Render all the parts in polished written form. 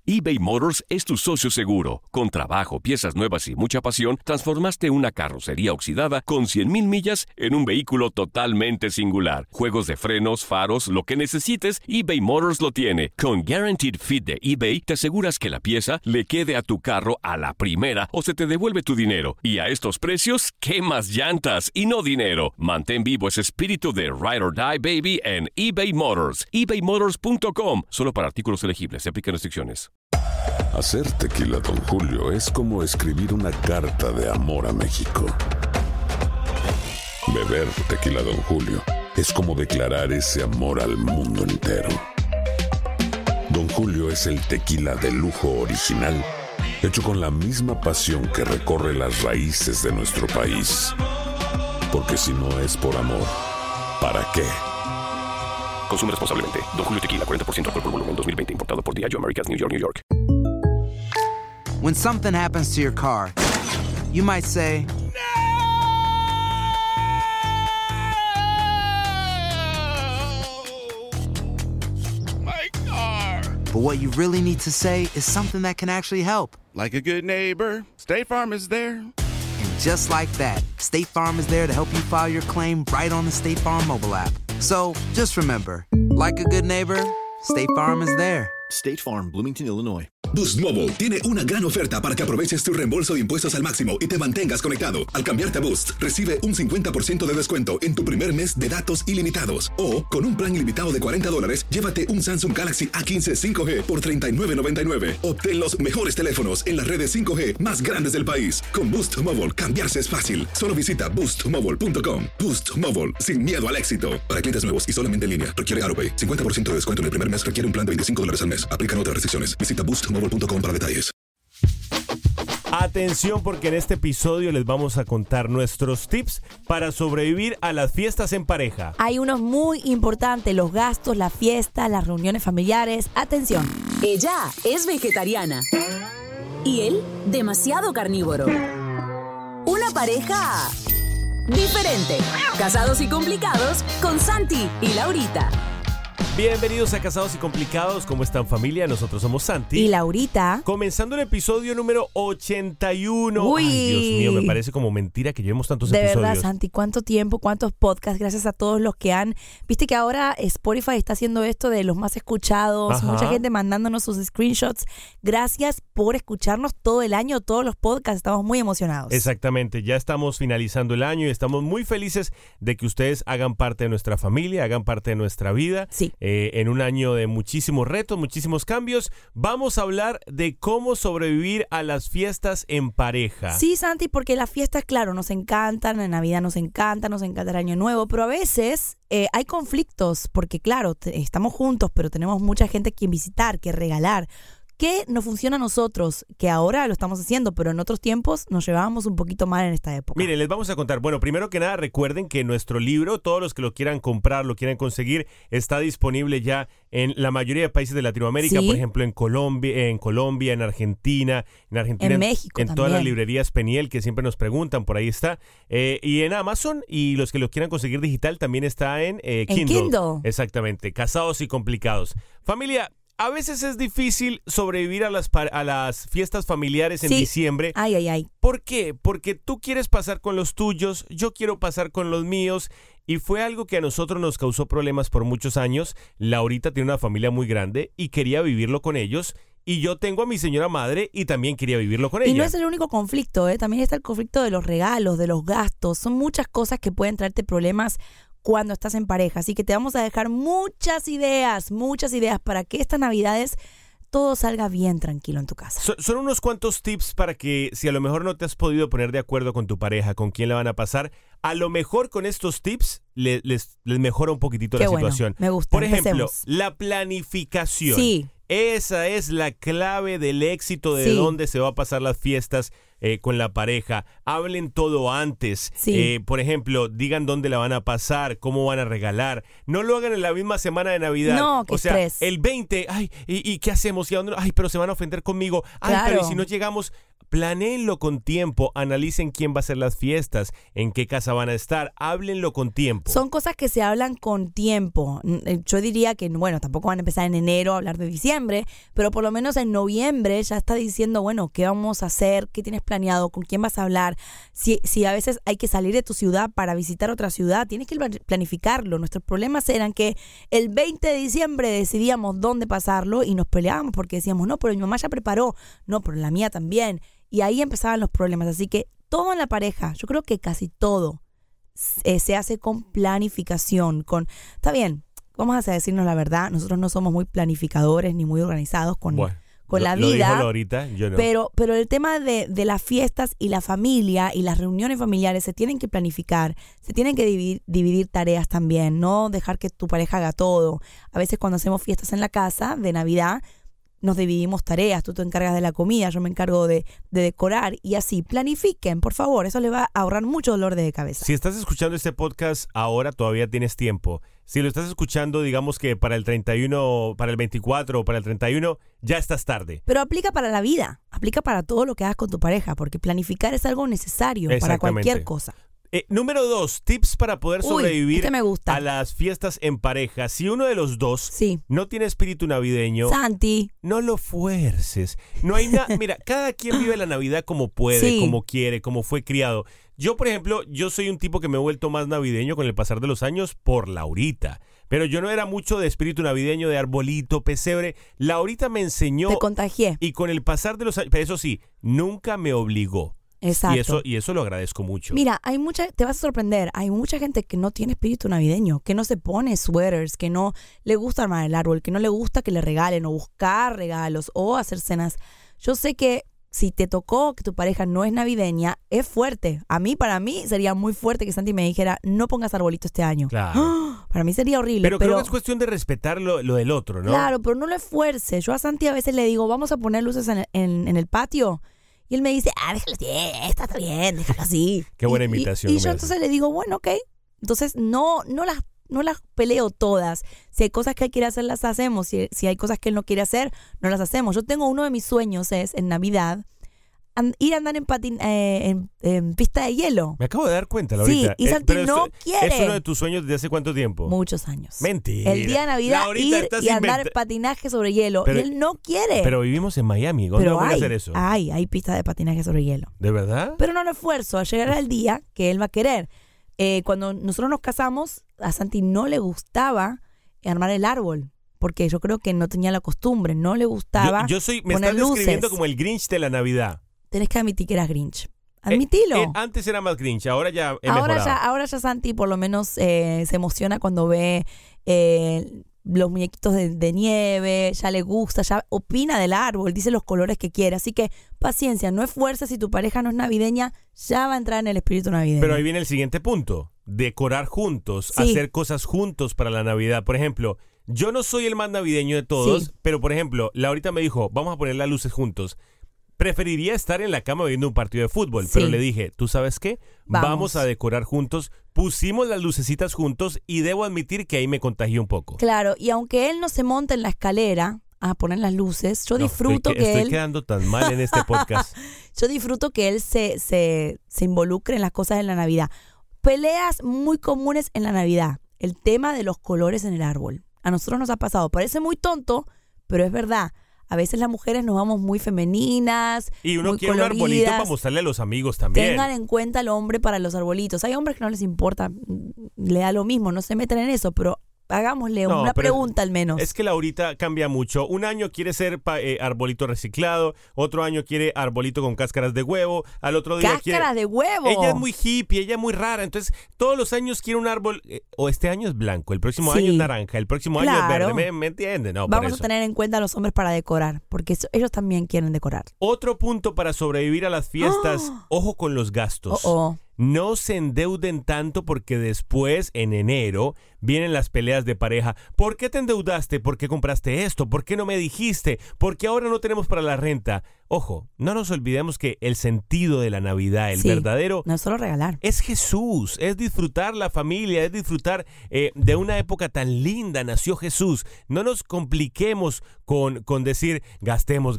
eBay Motors es tu socio seguro. Con trabajo, piezas nuevas y mucha pasión, transformaste una carrocería oxidada con 100,000 millas en un vehículo totalmente singular. Juegos de frenos, faros, lo que necesites, eBay Motors lo tiene. Con Guaranteed Fit de eBay, te aseguras que la pieza le quede a tu carro a la primera o se te devuelve tu dinero. Y a estos precios, ¿qué más llantas y no dinero? Mantén vivo ese espíritu de Ride or Die, baby, en eBay Motors. ebaymotors.com. Solo para artículos elegibles. Se aplican restricciones. Hacer tequila Don Julio es como escribir una carta de amor a México. Beber tequila Don Julio es como declarar ese amor al mundo entero. Don Julio es el tequila de lujo original, hecho con la misma pasión que recorre las raíces de nuestro país. Porque si no es por amor, ¿para qué? Consume responsablemente. Don Julio Tequila, 40% alcohol por volumen, 2020. Importado por Diageo Americas, New York, New York. When something happens to your car, you might say, My car! but what you really need to say is something that can actually help. Like a good neighbor, State Farm is there. And just like that, State Farm is there to help you file your claim right on the State Farm mobile app. So just remember, like a good neighbor, State Farm is there. State Farm, Bloomington, Illinois. Boost Mobile tiene una gran oferta para que aproveches tu reembolso de impuestos al máximo y te mantengas conectado. Al cambiarte a Boost, recibe un 50% de descuento en tu primer mes de datos ilimitados. O, con un plan ilimitado de $40, llévate un Samsung Galaxy A15 5G por $39.99. Obtén los mejores teléfonos en las redes 5G más grandes del país. Con Boost Mobile, cambiarse es fácil. Solo visita boostmobile.com. Boost Mobile, sin miedo al éxito. Para clientes nuevos y solamente en línea, requiere AutoPay. 50% de descuento en el primer mes requiere un plan de $25 al mes. Aplican otras restricciones. Visita boostmobile.com para detalles. Atención, porque en este episodio les vamos a contar nuestros tips para sobrevivir a las fiestas en pareja. Hay unos muy importantes: los gastos, la fiesta, las reuniones familiares. Atención. Ella es vegetariana y él demasiado carnívoro. Una pareja diferente. Casados y complicados con Santi y Laurita. Bienvenidos a Casados y Complicados. ¿Cómo están, familia? Nosotros somos Santi y Laurita. Comenzando el episodio número 81. Uy. Ay, Dios mío, me parece como mentira que llevemos tantos episodios. De verdad, Santi, ¿cuánto tiempo, cuántos podcasts? Gracias a todos los que han... Viste que ahora Spotify está haciendo esto de los más escuchados. Ajá. Mucha gente mandándonos sus screenshots. Gracias por escucharnos todo el año, todos los podcasts. Estamos muy emocionados. Exactamente, ya estamos finalizando el año y estamos muy felices de que ustedes hagan parte de nuestra familia, hagan parte de nuestra vida. Sí. En un año de muchísimos retos, muchísimos cambios, vamos a hablar de cómo sobrevivir a las fiestas en pareja. Sí, Santi, porque las fiestas, claro, nos encantan, en Navidad nos encanta el Año Nuevo, pero a veces hay conflictos, porque claro, estamos juntos, pero tenemos mucha gente que visitar, que regalar. ¿Qué nos funciona a nosotros? Que ahora lo estamos haciendo, pero en otros tiempos nos llevábamos un poquito mal en esta época. Miren, les vamos a contar. Bueno, primero que nada, recuerden que nuestro libro, todos los que lo quieran comprar, lo quieran conseguir, está disponible ya en la mayoría de países de Latinoamérica. ¿Sí? Por ejemplo, en Colombia, en Argentina, en México en también. todas las librerías Peniel, que siempre nos preguntan, por ahí está. Y en Amazon, y los que lo quieran conseguir digital, también está en Kindle. En Kindle. Exactamente. Casados y Complicados. Familia, a veces es difícil sobrevivir a las fiestas familiares en diciembre. Ay. ¿Por qué? Porque tú quieres pasar con los tuyos, yo quiero pasar con los míos, y fue algo que a nosotros nos causó problemas por muchos años. Laurita tiene una familia muy grande y quería vivirlo con ellos, y yo tengo a mi señora madre y también quería vivirlo con ella. Y no es el único conflicto, también está el conflicto de los regalos, de los gastos. Son muchas cosas que pueden traerte problemas cuando estás en pareja. Así que te vamos a dejar muchas ideas para que estas Navidades todo salga bien tranquilo en tu casa. Son unos cuantos tips para que, si a lo mejor no te has podido poner de acuerdo con tu pareja, con quién la van a pasar, a lo mejor con estos tips les mejora un poquitito la situación. Me gusta. Por ejemplo, empecemos. La planificación. Sí. Esa es la clave del éxito de dónde se va a pasar las fiestas. con la pareja. Hablen todo antes. Sí. Por ejemplo, digan dónde la van a pasar, cómo van a regalar. No lo hagan en la misma semana de Navidad. No, qué estrés. El 20, ay, ¿y qué hacemos? ¿Y a dónde? Ay, pero se van a ofender conmigo. Ay, Claro. pero ¿y si no llegamos? Planéenlo con tiempo, analicen quién va a hacer las fiestas, en qué casa van a estar, háblenlo con tiempo. Son cosas que se hablan con tiempo. Yo diría que, bueno, tampoco van a empezar en enero a hablar de diciembre, pero por lo menos en noviembre ya está diciendo, bueno, ¿qué vamos a hacer? ¿Qué tienes planeado? ¿Con quién vas a hablar? Si a veces hay que salir de tu ciudad para visitar otra ciudad, tienes que planificarlo. Nuestros problemas eran que el 20 de diciembre decidíamos dónde pasarlo y nos peleábamos porque decíamos, no, pero mi mamá ya preparó, no, pero la mía también. Y ahí empezaban los problemas. Así que todo en la pareja, yo creo que casi todo se hace con planificación. Está bien, vamos a decirnos la verdad, nosotros no somos muy planificadores ni muy organizados con la vida. Lo dijo Laurita, yo no. Pero el tema de las fiestas y la familia y las reuniones familiares se tienen que planificar, se tienen que dividir tareas también, no dejar que tu pareja haga todo. A veces cuando hacemos fiestas en la casa de Navidad, nos dividimos tareas, tú te encargas de la comida, yo me encargo de decorar y así. Planifiquen, por favor, eso les va a ahorrar mucho dolor de cabeza. Si estás escuchando este podcast ahora, todavía tienes tiempo. Si lo estás escuchando, digamos que para el 31, para el 24 o para el 31, ya estás tarde. Pero aplica para la vida, aplica para todo lo que hagas con tu pareja, porque planificar es algo necesario para cualquier cosa. Número 2, tips para poder sobrevivir me gusta. a las fiestas en pareja. Si uno de los dos Sí. no tiene espíritu navideño, Santi, no lo fuerces. No hay nada. Mira, cada quien vive la Navidad como puede, Sí. como quiere, como fue criado. Yo, por ejemplo, yo soy un tipo que me he vuelto más navideño con el pasar de los años por Laurita. Pero yo no era mucho de espíritu navideño, de arbolito, pesebre. Laurita me enseñó. te contagié. Y con el pasar de los años, pero eso sí, nunca me obligó. Exacto. Y eso lo agradezco mucho. Mira, te vas a sorprender, hay mucha gente que no tiene espíritu navideño, que no se pone sweaters, que no le gusta armar el árbol, que no le gusta que le regalen o buscar regalos o hacer cenas. Yo sé que si te tocó que tu pareja no es navideña, es fuerte. Para mí sería muy fuerte que Santi me dijera, no pongas arbolito este año. Claro. ¡Oh! Para mí sería horrible. Pero creo que es cuestión de respetar lo del otro, ¿no? Claro, pero no lo esfuerces. Yo a Santi a veces le digo, vamos a poner luces en el patio. Y él me dice, déjalo así, está bien, déjalo así. Qué buena imitación. Y yo entonces le digo, bueno, ok. Entonces no las peleo todas. Si hay cosas que él quiere hacer, las hacemos. Si hay cosas que él no quiere hacer, no las hacemos. Yo tengo uno de mis sueños es, en Navidad, ir a andar en pista de hielo. Me acabo de dar cuenta, Laurita. Sí, y Santi no quiere. ¿Es uno de tus sueños desde hace cuánto tiempo? Muchos años. Mentira. El día de Navidad, Laurita, ir y andar en patinaje sobre hielo. Pero- y él no quiere. Pero vivimos en Miami. ¿Dónde vamos a hacer eso? Hay pistas de patinaje sobre hielo. ¿De verdad? Pero no lo esfuerzo. Llegará el día que él va a querer. Cuando nosotros nos casamos, a Santi no le gustaba armar el árbol. Porque yo creo que no tenía la costumbre. No le gustaba Me poner estás describiendo luces. como el Grinch de la Navidad. Tenés que admitir que eras Grinch. Admitilo. Antes era más Grinch, ahora ya he mejorado. Ahora ya Santi por lo menos se emociona cuando ve los muñequitos de nieve, ya le gusta, ya opina del árbol, dice los colores que quiere. Así que paciencia, no esfuerces, si tu pareja no es navideña, ya va a entrar en el espíritu navideño. Pero ahí viene el siguiente punto. Decorar juntos, Sí. hacer cosas juntos para la Navidad. Por ejemplo, yo no soy el más navideño de todos, Sí. pero por ejemplo, Laurita me dijo, vamos a poner las luces juntos. Preferiría estar en la cama viendo un partido de fútbol, Sí. pero le dije, ¿tú sabes qué? Vamos a decorar juntos. Pusimos las lucecitas juntos y debo admitir que ahí me contagié un poco. Claro, y aunque él no se monta en la escalera a poner las luces, yo No, disfruto que estoy él... quedando tan mal en este podcast. Yo disfruto que él se involucre en las cosas de la Navidad. Peleas muy comunes en la Navidad. El tema de los colores en el árbol. A nosotros nos ha pasado. Parece muy tonto, pero es verdad. A veces las mujeres nos vamos muy femeninas, Y uno muy quiere un arbolito coloridas. para mostrarle a los amigos también. Tengan en cuenta al hombre para los arbolitos. Hay hombres que no les importa, le da lo mismo, no se meten en eso, pero hagámosle No, una pero pregunta al menos. Es que Laurita cambia mucho. Un año quiere ser arbolito reciclado, otro año quiere arbolito con cáscaras de huevo, al otro día quiere... ¡Cáscaras de huevo! Ella es muy hippie, ella es muy rara, entonces todos los años quiere un árbol, o este año es blanco, el próximo Sí. año es naranja, el próximo año es Claro. verde, ¿me entienden? No, por Vamos eso. a tener en cuenta a los hombres para decorar, porque ellos también quieren decorar. Otro punto para sobrevivir a las fiestas, ojo con los gastos. Oh. No se endeuden tanto porque después, en enero, vienen las peleas de pareja. ¿Por qué te endeudaste? ¿Por qué compraste esto? ¿Por qué no me dijiste? ¿Por qué ahora no tenemos para la renta? Ojo, no nos olvidemos que el sentido de la Navidad, el verdadero, no es solo regalar. Es Jesús, es disfrutar la familia, es disfrutar de una época tan linda. Nació Jesús. No nos compliquemos con decir gastemos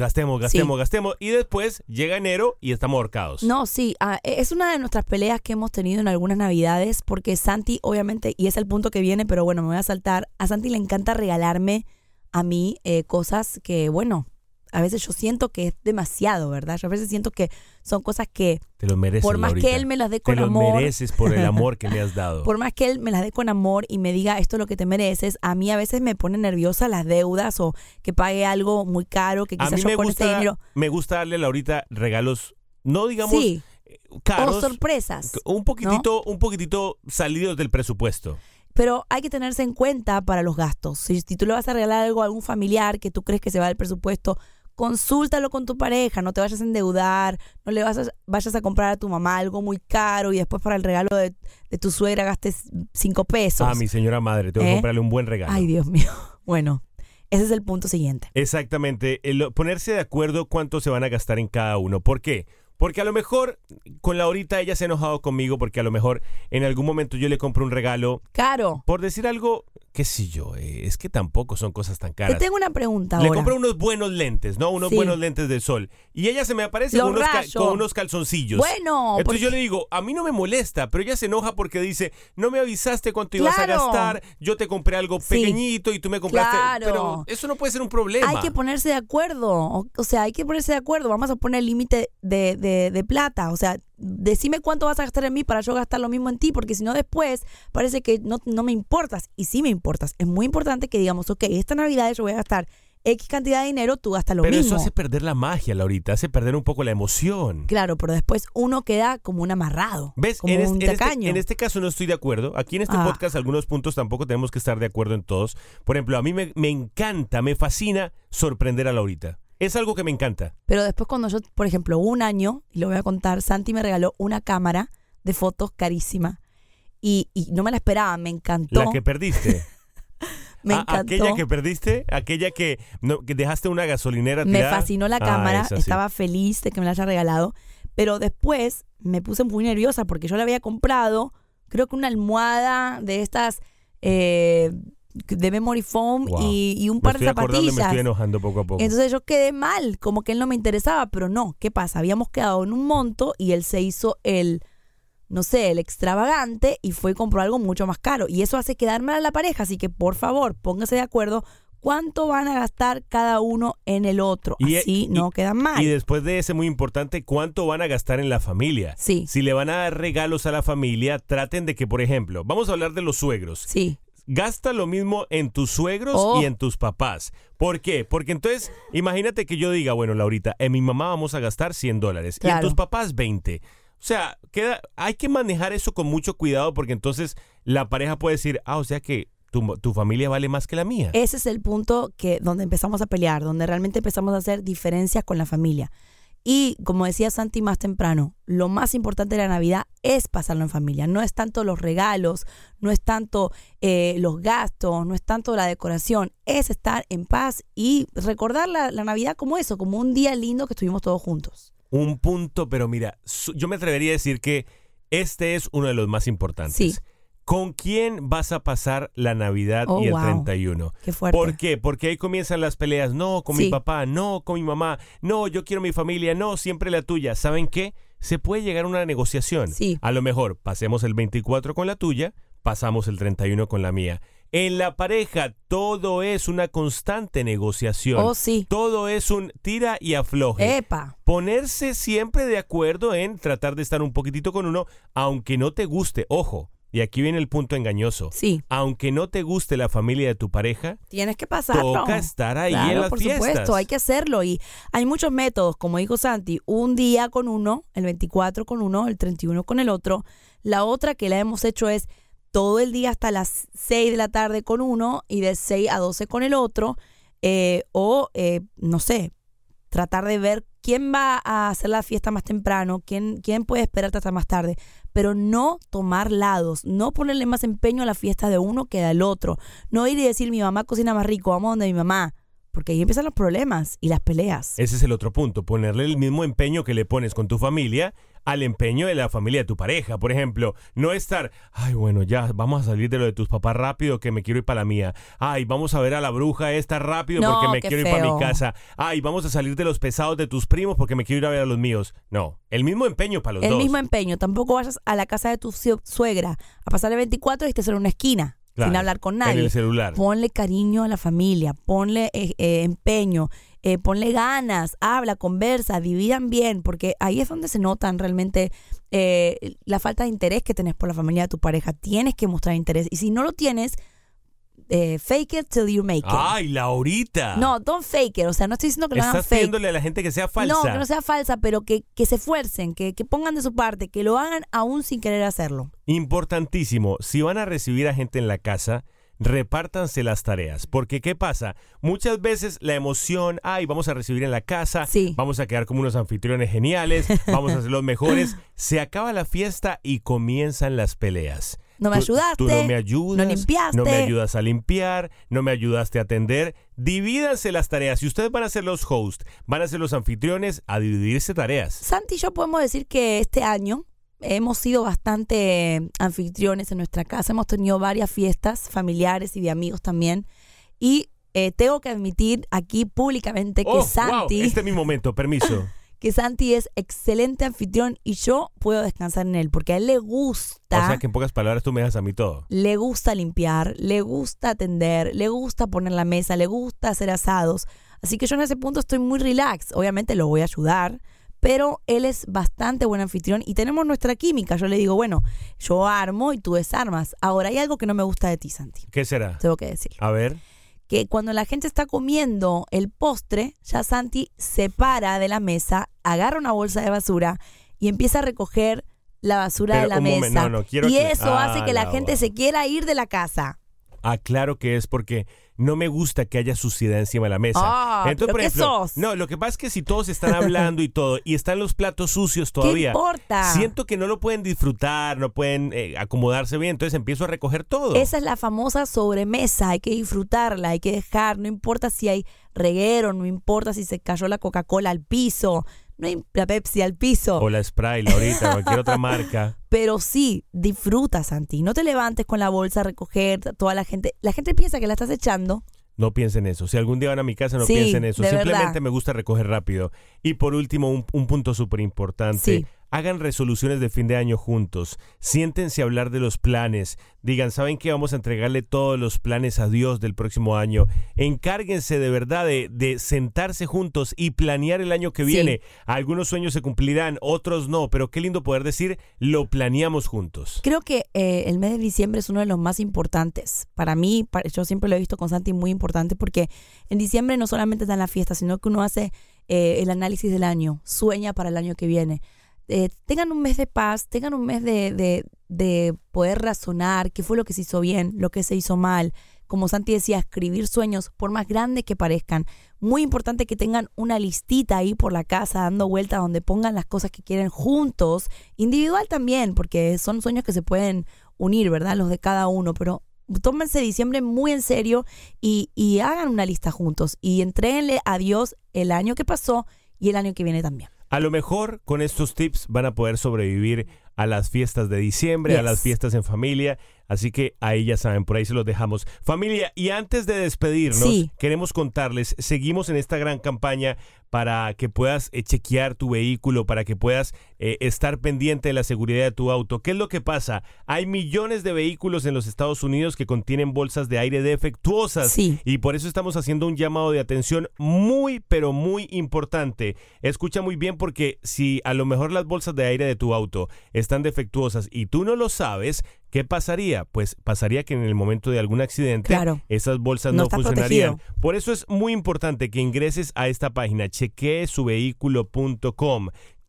y después llega enero y estamos ahorcados. No, sí, es una de nuestras peleas que hemos tenido en algunas Navidades porque Santi, obviamente, y es el punto que viene, pero bueno, me voy a saltar. A Santi le encanta regalarme a mí cosas que, bueno, a veces yo siento que es demasiado, ¿verdad? Yo a veces siento que son cosas que te lo mereces, por más Laurita, que él me las dé con te amor. Te lo mereces por el amor que le has dado. Por más que él me las dé con amor y me diga esto es lo que te mereces, a mí a veces me pone nerviosa las deudas o que pague algo muy caro que quizás yo con ese dinero. Me gusta darle a Laurita regalos, no digamos caros. O sorpresas. Un poquitito salidos del presupuesto. Pero hay que tenerse en cuenta para los gastos. Si tú le vas a regalar algo a algún familiar que tú crees que se va del presupuesto, consúltalo con tu pareja, no te vayas a endeudar, no le vayas a comprar a tu mamá algo muy caro y después para el regalo de tu suegra gastes 5 pesos. Mi señora madre, tengo que comprarle un buen regalo. Ay, Dios mío. Bueno, ese es el punto siguiente. Exactamente, ponerse de acuerdo cuánto se van a gastar en cada uno. ¿Por qué? Porque a lo mejor con Laurita ella se ha enojado conmigo porque a lo mejor en algún momento yo le compro un regalo caro. Por decir algo, qué sé yo, es que tampoco son cosas tan caras. Te tengo una pregunta ahora. Le compro unos buenos lentes, ¿no? Unos buenos lentes de sol. Y ella se me aparece con unos calzoncillos. Bueno. Entonces yo le digo, a mí no me molesta, pero ella se enoja porque dice, no me avisaste cuánto ibas a gastar, yo te compré algo pequeñito y tú me compraste. Claro. Pero eso no puede ser un problema. Hay que ponerse de acuerdo. O sea, hay que ponerse de acuerdo. Vamos a poner límite de plata. O sea, decime cuánto vas a gastar en mí para yo gastar lo mismo en ti, porque si no después parece que no me importas. Y sí me importas. Es muy importante que digamos, ok, esta Navidad yo voy a gastar X cantidad de dinero, tú gastas lo mismo. Pero eso hace perder la magia, Laurita, hace perder un poco la emoción. Claro, pero después uno queda como un amarrado. ¿Ves? Como un tacaño. En este caso no estoy de acuerdo. Aquí en este podcast algunos puntos tampoco tenemos que estar de acuerdo en todos. Por ejemplo, a mí me encanta, me fascina sorprender a Laurita. Es algo que me encanta. Pero después cuando yo, por ejemplo, un año, y lo voy a contar, Santi me regaló una cámara de fotos carísima. Y no me la esperaba, me encantó. ¿La que perdiste? Me encantó. ¿Aquella que perdiste? ¿Aquella que dejaste una gasolinera tirada? Me fascinó la cámara, estaba feliz de que me la haya regalado. Pero después me puse muy nerviosa porque yo le había comprado, creo que una almohada de estas... de memory foam y un par de zapatillas. Me estoy enojando poco a poco. Entonces yo quedé mal, como que él no me interesaba, pero no, ¿qué pasa? Habíamos quedado en un monto y él se hizo el extravagante y fue y compró algo mucho más caro. Y eso hace quedar mal a la pareja, así que por favor, póngase de acuerdo cuánto van a gastar cada uno en el otro. Así no quedan mal. Y después de ese, muy importante, cuánto van a gastar en la familia. Sí. Si le van a dar regalos a la familia, traten de que, por ejemplo, vamos a hablar de los suegros. Sí. Gasta lo mismo en tus suegros y en tus papás. ¿Por qué? Porque entonces, imagínate que yo diga, bueno, Laurita, en mi mamá vamos a gastar $100 y en tus papás 20. O sea, hay que manejar eso con mucho cuidado porque entonces la pareja puede decir, o sea que tu familia vale más que la mía. Ese es el punto donde empezamos a pelear, donde realmente empezamos a hacer diferencias con la familia. Y como decía Santi más temprano, lo más importante de la Navidad es pasarlo en familia. No es tanto los regalos, no es tanto los gastos, no es tanto la decoración. Es estar en paz y recordar la Navidad como eso, como un día lindo que estuvimos todos juntos. Un punto, pero mira, yo me atrevería a decir que este es uno de los más importantes. Sí. ¿Con quién vas a pasar la Navidad y el 31? Qué fuerte. ¿Por qué? Porque ahí comienzan las peleas. No, con mi papá. No, con mi mamá. No, yo quiero mi familia. No, siempre la tuya. ¿Saben qué? Se puede llegar a una negociación. Sí. A lo mejor pasemos el 24 con la tuya, pasamos el 31 con la mía. En la pareja todo es una constante negociación. Sí. Todo es un tira y afloje. ¡Epa! Ponerse siempre de acuerdo en tratar de estar un poquitito con uno, aunque no te guste. Ojo. Y aquí viene el punto engañoso. Sí. Aunque no te guste la familia de tu pareja, tienes que pasarlo. Toca estar ahí en las por fiestas. Por supuesto, hay que hacerlo. Y hay muchos métodos, como dijo Santi, un día con uno, el 24 con uno, el 31 con el otro. La otra que la hemos hecho es todo el día hasta las 6 de la tarde con uno y de 6 a 12 con el otro. No sé, tratar de ver quién va a hacer la fiesta más temprano, quién puede esperarte hasta más tarde, pero no tomar lados, no ponerle más empeño a la fiesta de uno que del otro, no ir y decir mi mamá cocina más rico, vamos donde mi mamá. Porque ahí empiezan los problemas y las peleas. Ese es el otro punto, ponerle el mismo empeño que le pones con tu familia al empeño de la familia de tu pareja. Por ejemplo, no estar, ay, bueno, ya, vamos a salir de lo de tus papás rápido que me quiero ir para la mía. Ay, vamos a ver a la bruja esta rápido porque me quiero ir para mi casa. Ay, vamos a salir de los pesados de tus primos porque me quiero ir a ver a los míos. No, el mismo empeño para los dos. El mismo empeño. Tampoco vayas a la casa de tu suegra a pasar el 24 y estés en una esquina. Claro, sin hablar con nadie. En el celular. Ponle cariño a la familia, ponle empeño, ponle ganas, habla, conversa, dividan bien, porque ahí es donde se notan realmente la falta de interés que tenés por la familia de tu pareja. Tienes que mostrar interés. Y si no lo tienes, fake it till you make it. ¡Ay, Laurita! No, don't fake it. O sea, no estoy diciendo que lo hagan fake. Estás pidiéndole a la gente que sea falsa. No, que no sea falsa, pero que se esfuercen, que pongan de su parte, que lo hagan aún sin querer hacerlo. Importantísimo. Si van a recibir a gente en la casa, repártanse las tareas. Porque, ¿qué pasa? Muchas veces la emoción, ay, vamos a recibir en la casa, sí, vamos a quedar como unos anfitriones geniales, vamos a ser los mejores. Se acaba la fiesta y comienzan las peleas. No me ayudaste, tú no me ayudas, no limpiaste, no me ayudas a limpiar, no me ayudaste a atender. Divídanse las tareas. Si ustedes van a ser los hosts, van a ser los anfitriones, a dividirse tareas. Santi y yo podemos decir que este año hemos sido bastante anfitriones en nuestra casa. Hemos tenido varias fiestas familiares y de amigos también. Y tengo que admitir aquí públicamente que Santi... Wow, este es mi momento, permiso. Que Santi es excelente anfitrión y yo puedo descansar en él porque a él le gusta... O sea que en pocas palabras tú me das a mí todo. Le gusta limpiar, le gusta atender, le gusta poner la mesa, le gusta hacer asados. Así que yo en ese punto estoy muy relax. Obviamente lo voy a ayudar, pero él es bastante buen anfitrión y tenemos nuestra química. Yo le digo, bueno, yo armo y tú desarmas. Ahora hay algo que no me gusta de ti, Santi. ¿Qué será? Tengo que decir. A ver. Que cuando la gente está comiendo el postre, ya Santi se para de la mesa, agarra una bolsa de basura y empieza a recoger la basura de la mesa. Y eso hace que la gente se quiera ir de la casa. Claro que es porque no me gusta que haya suciedad encima de la mesa. Entonces, por ejemplo, no, lo que pasa es que si todos están hablando y todo, y están los platos sucios todavía, ¿qué importa? Siento que no lo pueden disfrutar, no pueden acomodarse bien, entonces empiezo a recoger todo. Esa es la famosa sobremesa, hay que disfrutar,la hay que dejar, no importa si hay reguero, no importa si se cayó la Coca-Cola al piso, no hay la Pepsi al piso. O la Sprite, Laurita, cualquier otra marca. Pero sí, disfruta, Santi. No te levantes con la bolsa a recoger toda la gente. La gente piensa que la estás echando. No piensen eso. Si algún día van a mi casa, no piensen eso. Simplemente verdad. Me gusta recoger rápido. Y por último, un punto súper importante. Sí. Hagan resoluciones de fin de año juntos. Siéntense a hablar de los planes. Digan, ¿saben qué? Vamos a entregarle todos los planes a Dios del próximo año. Encárguense de verdad de sentarse juntos y planear el año que viene. Algunos sueños se cumplirán, otros no. Pero qué lindo poder decir, lo planeamos juntos. Creo que el mes de diciembre es uno de los más importantes. Para mí, yo siempre lo he visto con Santi muy importante porque en diciembre no solamente está en la fiesta, sino que uno hace el análisis del año, sueña para el año que viene. Tengan un mes de paz, tengan un mes de poder razonar qué fue lo que se hizo bien, lo que se hizo mal. Como Santi decía, escribir sueños, por más grandes que parezcan. Muy importante que tengan una listita ahí por la casa, dando vueltas donde pongan las cosas que quieren juntos. Individual también, porque son sueños que se pueden unir, ¿verdad? Los de cada uno, pero tómense diciembre muy en serio y hagan una lista juntos. Y entréguenle a Dios el año que pasó y el año que viene también. A lo mejor con estos tips van a poder sobrevivir a las fiestas de diciembre, a las fiestas en familia. Así que ahí ya saben, por ahí se los dejamos. Familia, y antes de despedirnos, queremos contarles, seguimos en esta gran campaña para que puedas chequear tu vehículo, para que puedas estar pendiente de la seguridad de tu auto. ¿Qué es lo que pasa? Hay millones de vehículos en los Estados Unidos que contienen bolsas de aire defectuosas. Y por eso estamos haciendo un llamado de atención muy, pero muy importante. Escucha muy bien porque si a lo mejor las bolsas de aire de tu auto están defectuosas y tú no lo sabes, ¿qué pasaría? Pues pasaría que en el momento de algún accidente, esas bolsas no funcionarían. Protegido. Por eso es muy importante que ingreses a esta página, chequeesuvehículo.com.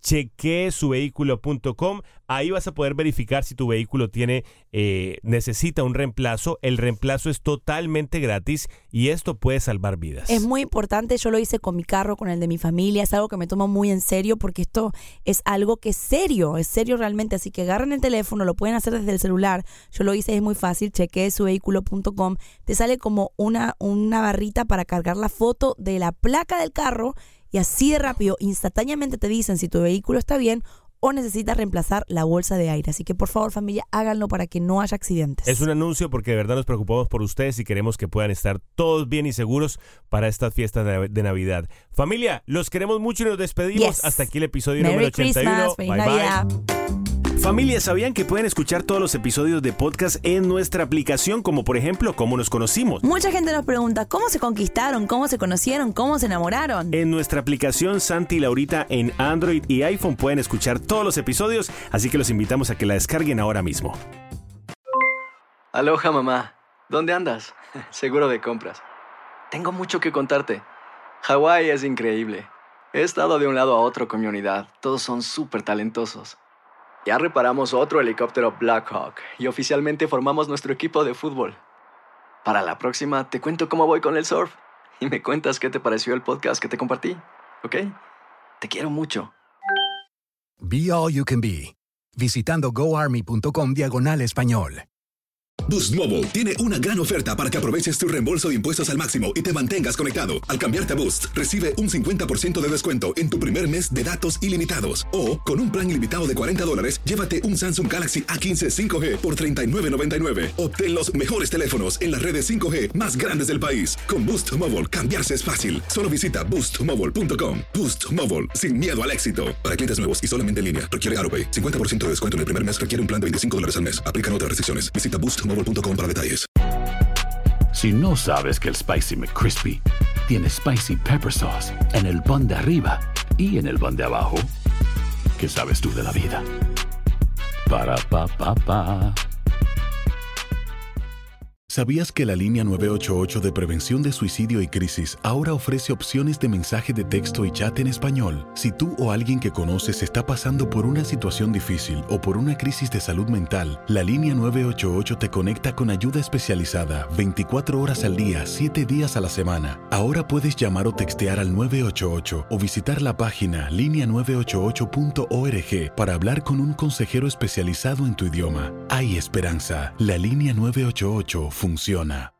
chequeesuvehículo.com. Ahí vas a poder verificar si tu vehículo necesita un reemplazo. El reemplazo es totalmente gratis y esto puede salvar vidas. Es muy importante, yo lo hice con mi carro, con el de mi familia, es algo que me tomo muy en serio porque esto es algo que es serio realmente, así que agarren el teléfono, lo pueden hacer desde el celular. Yo lo hice, es muy fácil, chequeesuvehículo.com. Te sale como una barrita para cargar la foto de la placa del carro y así de rápido, instantáneamente te dicen si tu vehículo está bien o necesita reemplazar la bolsa de aire. Así que por favor, familia, háganlo para que no haya accidentes. Es un anuncio porque de verdad nos preocupamos por ustedes y queremos que puedan estar todos bien y seguros para estas fiestas de Navidad. Familia, los queremos mucho y nos despedimos. Hasta aquí el episodio Merry número 81. Christmas, Feliz Navidad. Familia, ¿sabían que pueden escuchar todos los episodios de podcast en nuestra aplicación, como por ejemplo, cómo nos conocimos? Mucha gente nos pregunta, ¿cómo se conquistaron? ¿Cómo se conocieron? ¿Cómo se enamoraron? En nuestra aplicación Santi y Laurita en Android y iPhone pueden escuchar todos los episodios, así que los invitamos a que la descarguen ahora mismo. Aloha, mamá. ¿Dónde andas? Seguro de compras. Tengo mucho que contarte. Hawái es increíble. He estado de un lado a otro con mi unidad. Todos son súper talentosos. Ya reparamos otro helicóptero Blackhawk y oficialmente formamos nuestro equipo de fútbol. Para la próxima te cuento cómo voy con el surf y me cuentas qué te pareció el podcast que te compartí, ¿ok? Te quiero mucho. Be All You Can Be, visitando goarmy.com/español. Boost Mobile tiene una gran oferta para que aproveches tu reembolso de impuestos al máximo y te mantengas conectado. Al cambiarte a Boost, recibe un 50% de descuento en tu primer mes de datos ilimitados. O, con un plan ilimitado de $40, llévate un Samsung Galaxy A15 5G por $39.99. Obtén los mejores teléfonos en las redes 5G más grandes del país. Con Boost Mobile, cambiarse es fácil. Solo visita boostmobile.com. Boost Mobile, sin miedo al éxito. Para clientes nuevos y solamente en línea, requiere AutoPay. 50% de descuento en el primer mes requiere un plan de $25 al mes. Aplican otras restricciones. Visita boostmobile.com para detalles. Si no sabes que el Spicy McCrispy tiene Spicy Pepper Sauce en el pan de arriba y en el pan de abajo, ¿qué sabes tú de la vida? Para, pa, pa, pa. ¿Sabías que la línea 988 de prevención de suicidio y crisis ahora ofrece opciones de mensaje de texto y chat en español? Si tú o alguien que conoces está pasando por una situación difícil o por una crisis de salud mental, la línea 988 te conecta con ayuda especializada 24 horas al día, 7 días a la semana. Ahora puedes llamar o textear al 988 o visitar la página linea988.org para hablar con un consejero especializado en tu idioma. Hay esperanza. La línea 988 funciona.